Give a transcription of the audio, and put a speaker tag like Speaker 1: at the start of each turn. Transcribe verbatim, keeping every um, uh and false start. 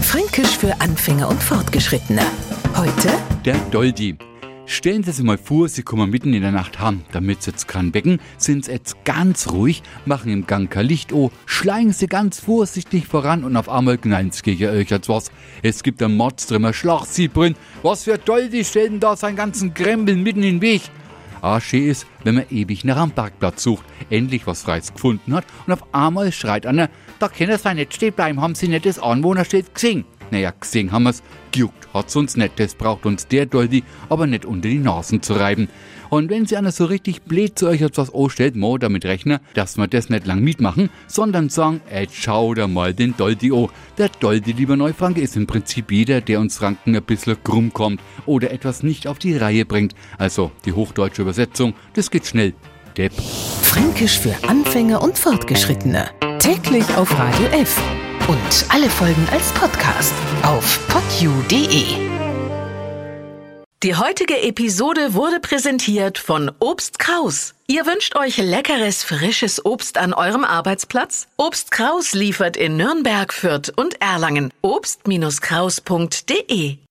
Speaker 1: Fränkisch für Anfänger und Fortgeschrittene. Heute
Speaker 2: der Doldi. Stellen Sie sich mal vor, Sie kommen mitten in der Nacht heim. Damit Sie jetzt kein Becken, sind Sie jetzt ganz ruhig, machen im Gang kein Licht an, schleichen Sie ganz vorsichtig voran und auf einmal knallen Sie gegen euch als was. Es gibt einen Mordstrimmer, Schlag Sie drin. Was für Doldi stellt denn da seinen ganzen Krempel mitten in den Weg? Ah, schön ist, wenn man ewig nach einem Parkplatz sucht, endlich was Freies gefunden hat und auf einmal schreit einer, da können Sie nicht stehen bleiben, haben Sie nicht das Anwohnerschild gesehen? Naja, gesehen haben wir's, gejuckt hat's uns nicht, das braucht uns der Doldi, aber nicht unter die Nasen zu reiben. Und wenn Sie einer so richtig blöd zu euch etwas anstellt, mo damit rechnen, dass wir das nicht lang mitmachen, sondern sagen, ey, schau da mal den Doldi an. Der Doldi, lieber Neufranke, ist im Prinzip jeder, der uns Franken ein bisschen krumm kommt oder etwas nicht auf die Reihe bringt. Also, die hochdeutsche Übersetzung, das geht schnell. Depp.
Speaker 1: Fränkisch für Anfänger und Fortgeschrittene. Täglich auf Radio F. Und alle Folgen als Podcast auf podu punkt de. Die heutige Episode wurde präsentiert von Obst Kraus. Ihr wünscht euch leckeres, frisches Obst an eurem Arbeitsplatz? Obst Kraus liefert in Nürnberg, Fürth und Erlangen. obst Kraus punkt de